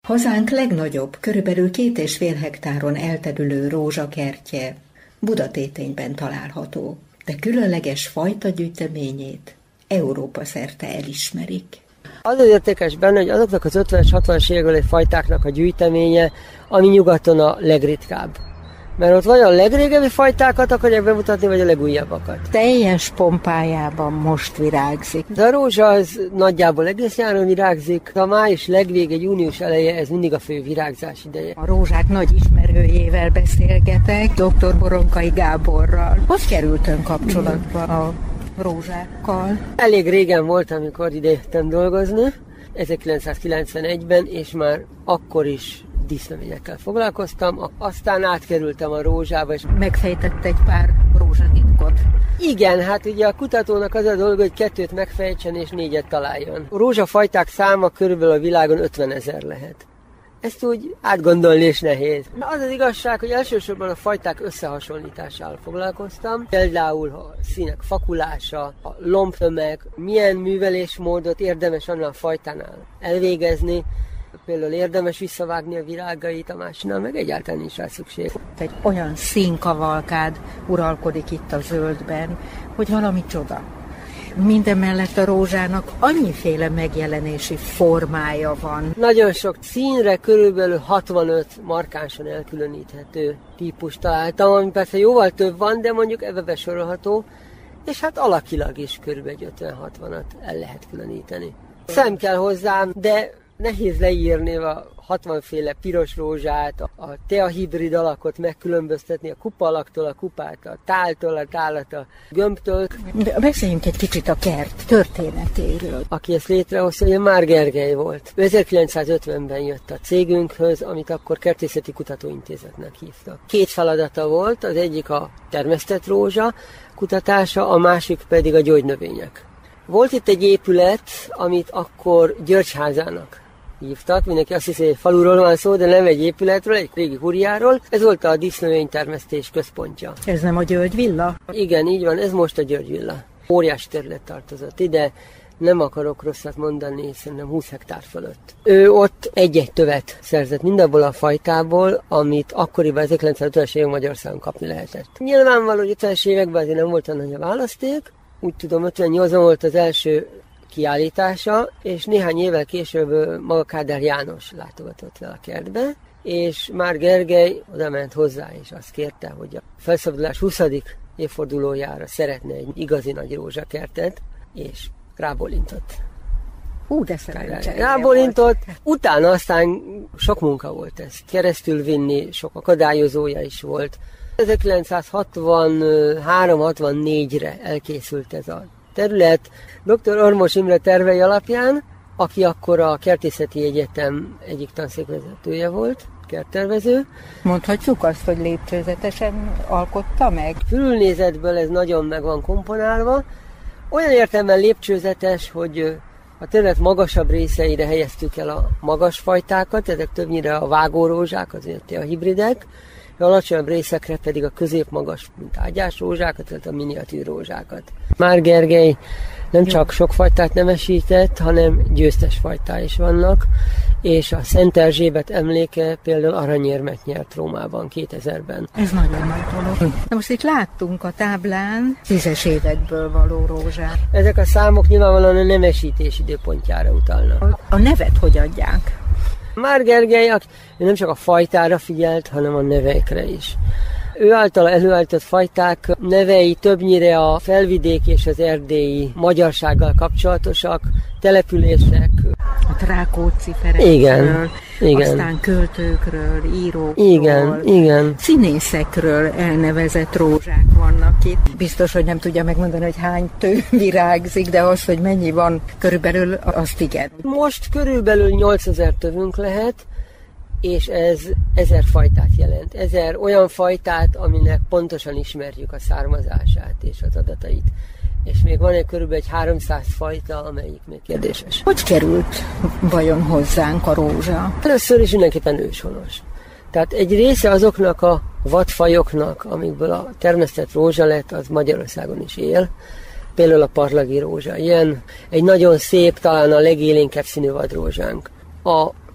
Hazánk legnagyobb, körülbelül 2,5 hektáron elterülő rózsakertje Budatétényben található, de különleges fajtagyűjteményét Európa szerte elismerik. Az értékes benne, hogy azoknak az 50-es, 60-as évekbeli fajtáknak a gyűjteménye, ami nyugaton a legritkább. Mert ott vagy a legrégebbi fajtákat akarják bemutatni, vagy a legújabbakat. Teljes pompájában most virágzik. De a rózsa az nagyjából egész nyáron virágzik. A május legvége, június eleje, ez mindig a fő virágzás ideje. A rózsák nagy ismerőjével beszélgetek, dr. Boronkai Gáborral. Hogy került ön kapcsolatba a rózsákkal? Elég régen volt, amikor ide jöttem dolgozni, 1991-ben, és már akkor is dísznövényekkel foglalkoztam, aztán átkerültem a rózsába, és megfejtett egy pár rózsatitkot. Igen, hát ugye a kutatónak az a dolga, hogy 2 megfejtsen és 4 találjon. A rózsafajták száma körülbelül a világon 50 000 lehet. Ezt úgy átgondolni is nehéz. Az az igazság, hogy elsősorban a fajták összehasonlításával foglalkoztam. Például a színek fakulása, a lombtömeg, milyen művelésmódot érdemes annál a fajtánál elvégezni. Például érdemes visszavágni a virágait, a másiknál meg egyáltalán nincs rá szükség. Egy olyan színkavalkád uralkodik itt a zöldben, hogy valami csoda. Mindemellett a rózsának annyiféle megjelenési formája van. Nagyon sok színre körülbelül 65 markánsan elkülöníthető típust találtam, ami persze jóval több van, de mondjuk ebbe besorolható, és hát alakilag is körülbelül 50-60-at el lehet különíteni. Szem kell hozzám, de nehéz leírni a 60 féle piros rózsát, a teahibrid alakot megkülönböztetni, a kupalaktól a kupát, a táltól a tálat, a gömbtől. Beszéljünk egy kicsit a kert történetéről. Aki ezt létrehozta, ugye Már Gergely volt. 1950-ben jött a cégünkhöz, amit akkor Kertészeti Kutatóintézetnek hívtak. 2 feladata volt, az egyik a termesztett rózsa kutatása, a másik pedig a gyógynövények. Volt itt egy épület, amit akkor Györgyházának hívtak. Mindenki azt hiszi, hogy egy faluról van szó, de nem egy épületről, egy régi hurjáról. Ez volt a dísznövénytermesztés központja. Ez nem a Györgyvilla? Igen, így van, ez most a Györgyvilla. Óriási terület tartozott ide, nem akarok rosszat mondani, szerintem 20 hektár fölött. Ő ott egy-egy tövet szerzett mindabból a fajtából, amit akkoriban 1950-es évek Magyarországon kapni lehetett. Nyilvánvaló, hogy 50-es években azért nem volt olyan nagy a választék. Úgy tudom, 58-ban volt az első kiállítása, és néhány évvel később maga Kádár János látogatott le a kertbe, és Már Gergely oda ment hozzá, és azt kérte, hogy a felszabadulás 20. évfordulójára szeretne egy igazi nagy rózsakertet, és rábólintott. De szerencsére rábólintott, utána aztán sok munka volt ezt keresztül vinni, sok akadályozója is volt. 1963-64-re elkészült ez a terület. Dr. Ormos Imre tervei alapján, aki akkor a Kertészeti Egyetem egyik tanszékvezetője volt, kerttervező. Mondhatjuk azt, hogy lépcsőzetesen alkotta meg? Fülnézetből ez nagyon meg van komponálva. Olyan értelemben lépcsőzetes, hogy a terület magasabb részeire helyeztük el a magas fajtákat, ezek többnyire a vágórózsák, azért a hibridek, a alacsonyabb részekre pedig a középmagas, mint ágyás rózsákat, tehát a miniatűr rózsákat. Már Gergely nem csak sok fajtát nemesített, hanem győztes fajtá is vannak, és a Szent Erzsébet emléke például aranyérmet nyert Rómában 2000-ben. Ez nagyon nagy dolog. Na most itt láttunk a táblán 10-es évekből való rózsát. Ezek a számok nyilvánvalóan a nemesítés időpontjára utalnak. A nevet hogy adják? Már Gergely nem csak a fajtára figyelt, hanem a nevekre is. Ő általa előállított fajták nevei többnyire a felvidék és az erdélyi magyarsággal kapcsolatosak, települések. A Rákóczi Ferencről, igen. Aztán költőkről, írókról, igen. Színészekről elnevezett rózsák vannak itt. Biztos, hogy nem tudja megmondani, hogy hány tő virágzik, de az, hogy mennyi van körülbelül, azt igen. Most körülbelül 8000 tövünk lehet, és ez 1000 fajtát jelent. 1000 olyan fajtát, aminek pontosan ismerjük a származását és az adatait. És még van egy körülbelül 300 fajta, amelyik még kérdéses. Hogy került vajon hozzánk a rózsa? Először is mindenképpen őshonos. Tehát egy része azoknak a vadfajoknak, amikből a termesztett rózsa lett, az Magyarországon is él. Például a parlagi rózsa ilyen. Egy nagyon szép, talán a legélénkebb színű vadrózsánk. A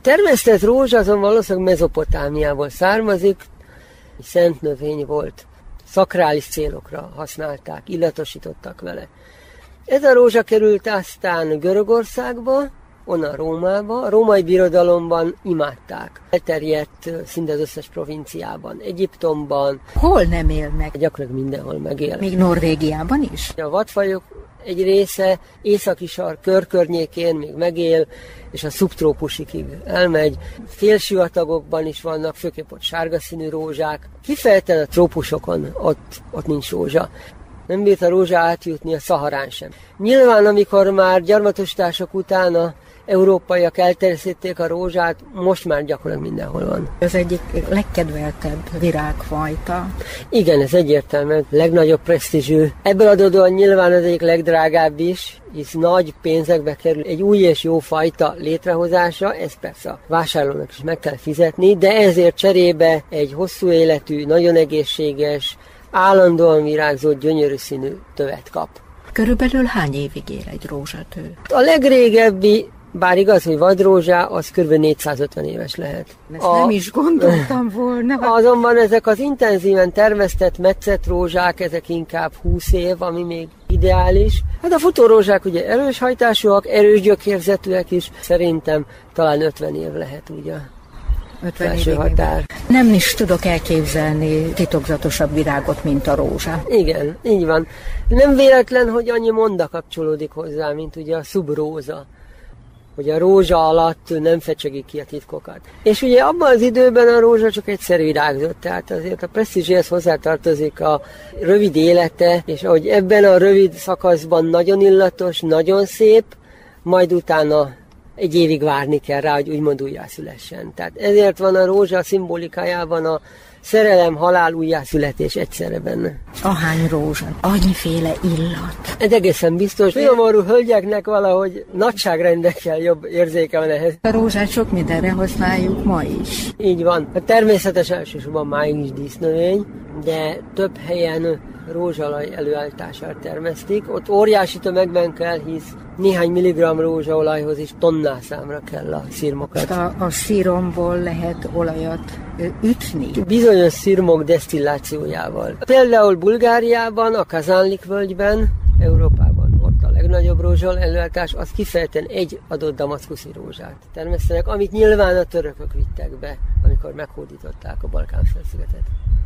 termesztett rózsa azon valószínűleg Mezopotámiából származik, szent növény volt, szakrális célokra használták, illatosítottak vele. Ez a rózsa került aztán Görögországba, onnan Rómába, a római birodalomban imádták. Elterjedt szinte az összes provinciában, Egyiptomban. Hol nem él meg? Gyakorlatilag mindenhol megél. Még Norvégiában is? A vadfajok egy része északi sark környékén még megél, és a szubtrópusikig elmegy. Félsivatagokban is vannak, főképp ott sárga színű rózsák. Kifejezetten a trópusokon ott nincs rózsa. Nem bírt a rózsa átjutni a Szaharán sem. Nyilván, amikor már gyarmatosítások után a európaiak elterjesztették a rózsát, most már gyakorlatilag mindenhol van. Ez egyik legkedveltebb virágfajta. Igen, ez egyértelműen legnagyobb presztízsű. Ebből adódóan nyilván az egyik legdrágább is, hisz nagy pénzekbe kerül egy új és jó fajta létrehozása, ezt persze a vásárlónak is meg kell fizetni, de ezért cserébe egy hosszú életű, nagyon egészséges, állandóan virágzó, gyönyörű színű tövet kap. Körülbelül hány évig ér egy rózsatő? A legrégebbi, bár igaz, hogy vadrózsá, az kb. 450 éves lehet. Ezt nem is gondoltam volna. Azonban ezek az intenzíven termesztett metszett rózsák, ezek inkább 20 év, ami még ideális. Hát a futórózsák ugye erős hajtásúak, erős gyökérzetűek is. Szerintem talán 50 év lehet ugye. 50 évig határ. Nem is tudok elképzelni titokzatosabb virágot, mint a rózsa. Igen, így van. Nem véletlen, hogy annyi monda kapcsolódik hozzá, mint ugye a szubróza. Hogy a rózsa alatt nem fecsegik ki a titkokat. És ugye abban az időben a rózsa csak egyszer virágzott, tehát azért a presztízséhez hozzátartozik a rövid élete, és ahogy ebben a rövid szakaszban nagyon illatos, nagyon szép, majd utána egy évig várni kell rá, hogy úgymond újjászülessen. Tehát ezért van a rózsa szimbolikájában a szerelem, halál, újjászületés egyszerre benne. Ahány rózsa, annyiféle illat. Ez egészen biztos. Finomorú hölgyeknek valahogy nagyságrendekkel jobb érzéke van ehhez. A rózsát sok mindenre használjuk ma is. Így van. A természetes elsősorban máig is dísznövény, de több helyen rózsalaj előállítással termesztik. Ott óriási tömegben kell, hisz néhány milligramm rózsaolajhoz is tonnászámra kell a szirmokat. A sziromból lehet olajat ütni? Bizonyos szirmok desztillációjával. Például Bulgáriában, a Kazánlik völgyben, Európában ott a legnagyobb rózsaolaj előállítás, az kifejezetten egy adott damaszkuszi rózsát termesztenek, amit nyilván a törökök vittek be, amikor meghódították a Balkán-félszigetet.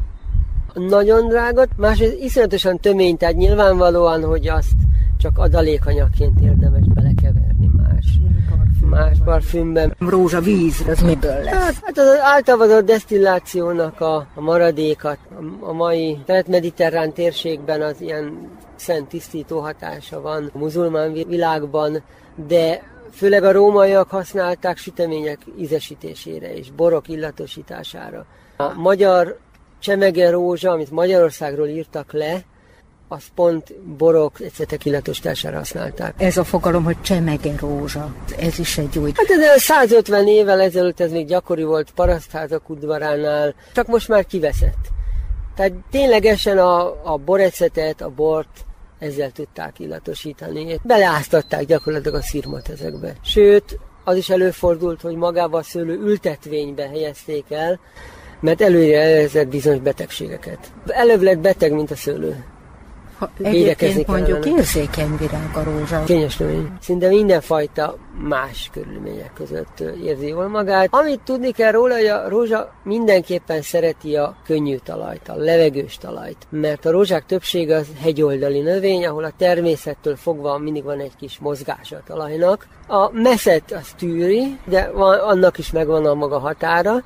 Nagyon drága, másrészt iszonyatosan tömény, tehát nyilvánvalóan, hogy azt csak adalékanyagként érdemes belekeverni más parfümben. Rózsavíz, az miből lesz? Hát az általában a desztillációnak a maradékat. A mai kelet-mediterrán térségben az ilyen szent tisztító hatása van a muzulmán világban, de főleg a rómaiak használták sütemények ízesítésére és borok illatosítására. A magyar csemege rózsa, amit Magyarországról írtak le, azt pont borok, ecetek illatosítására használták. Ez a fogalom, hogy csemege rózsa, ez is egy új... Hát ez 150 évvel ezelőtt ez még gyakori volt parasztházak udvaránál, csak most már kiveszett. Tehát ténylegesen a borecetet, a bort ezzel tudták illatosítani. Beleáztatták gyakorlatilag a szirmot ezekbe. Sőt, az is előfordult, hogy magába a szőlő ültetvénybe helyezték el, mert előrejelzett bizonyos betegségeket. Előbb lett beteg, mint a szőlő. Egyébként mondjuk érzékeny virág a rózsa. Kényes növény. Szinte mindenfajta más körülmények között érzi jól magát. Amit tudni kell róla, hogy a rózsa mindenképpen szereti a könnyű talajt, a levegős talajt. Mert a rózsák többsége az hegyoldali növény, ahol a természettől fogva mindig van egy kis mozgása a talajnak. A meszet az tűri, de annak is megvan a maga határa.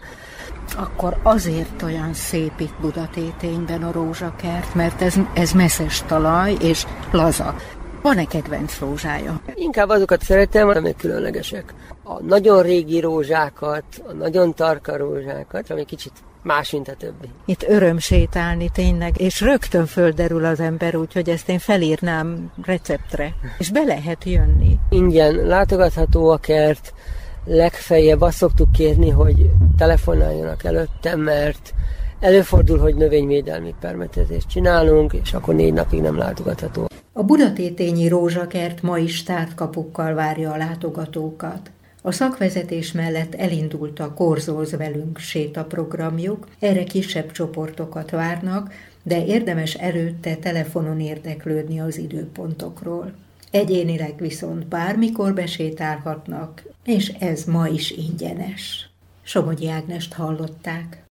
Akkor azért olyan szép itt Budatétényben a rózsakert, mert ez messzes talaj és laza. Van-e kedvenc rózsája? Inkább azokat szeretem, amelyek különlegesek. A nagyon régi rózsákat, a nagyon tarka rózsákat, ami kicsit más, mint a többi. Itt öröm sétálni tényleg, és rögtön földerül az ember, úgyhogy ezt én felírnám receptre. És be lehet jönni. Ingyen látogatható a kert, legfeljebb azt szoktuk kérni, hogy telefonáljanak előttem, mert előfordul, hogy növényvédelmi permetezést csinálunk, és akkor 4 napig nem látogatható. A budatétényi rózsakert ma is tárt kapukkal várja a látogatókat. A szakvezetés mellett elindult a Korzolz velünk sétaprogramjuk, erre kisebb csoportokat várnak, de érdemes előtte telefonon érdeklődni az időpontokról. Egyénileg viszont bármikor besétálhatnak, és ez ma is ingyenes. Somogyi Ágnest hallották.